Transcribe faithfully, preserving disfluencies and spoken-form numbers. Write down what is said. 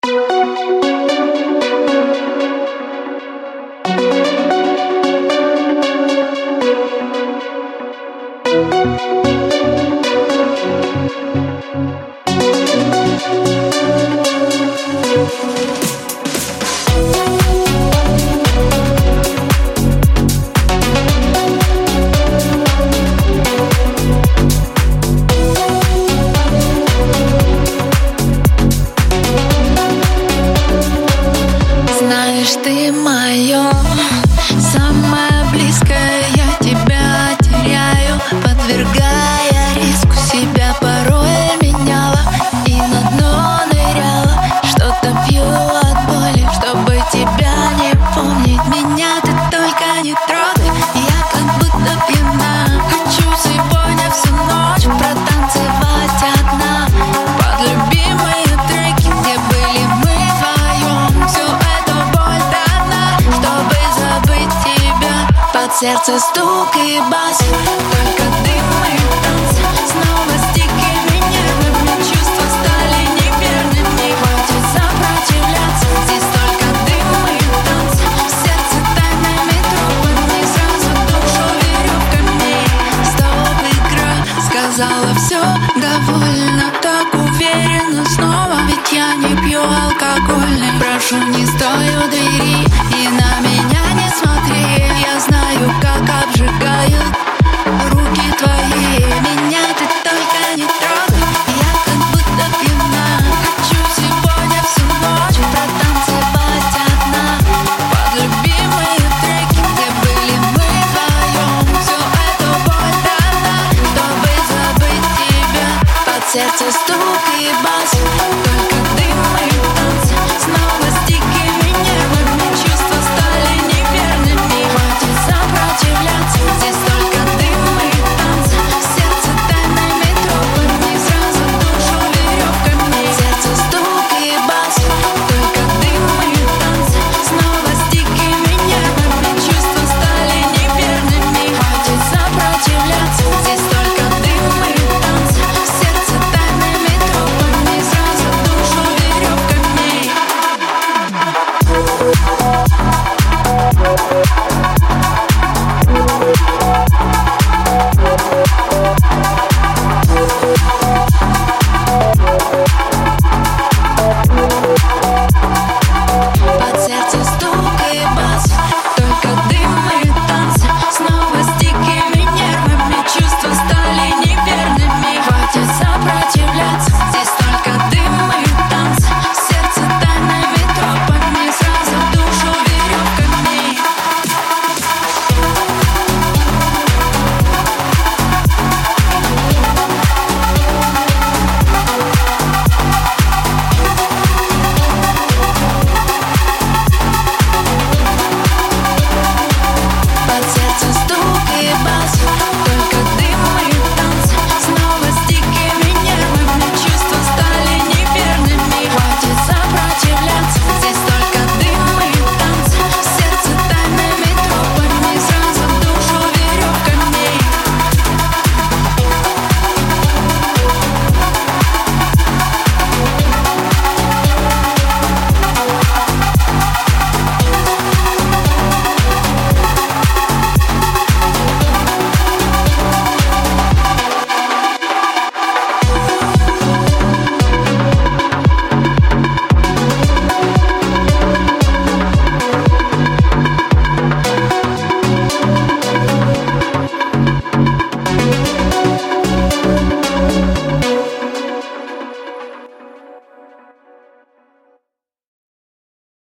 Знаешь, ты мое самое близкое, я тебя теряю, подвергая риску себя, порой меняла и на дно ныряла. Что-то пью от боли, чтобы тебя не помнить. Меня ты только не трогай, я как будто пьяна. Хочу сегодня всю ночь протанцевать одна под любимые треки, где были мы вдвоем. Всю эту боль до дна, чтобы забыть тебя. Под сердце стук и бас, только дым и танцы. Снова с дикими нервами чувства стали неверными. Хватит сопротивляться, здесь только дым и танцы. В сердце тайными тропами сразу душу веревками. Стоп, игра, сказала все довольно, так уверенно снова. Ведь я не пью алкогольный, прошу, не стой у двери.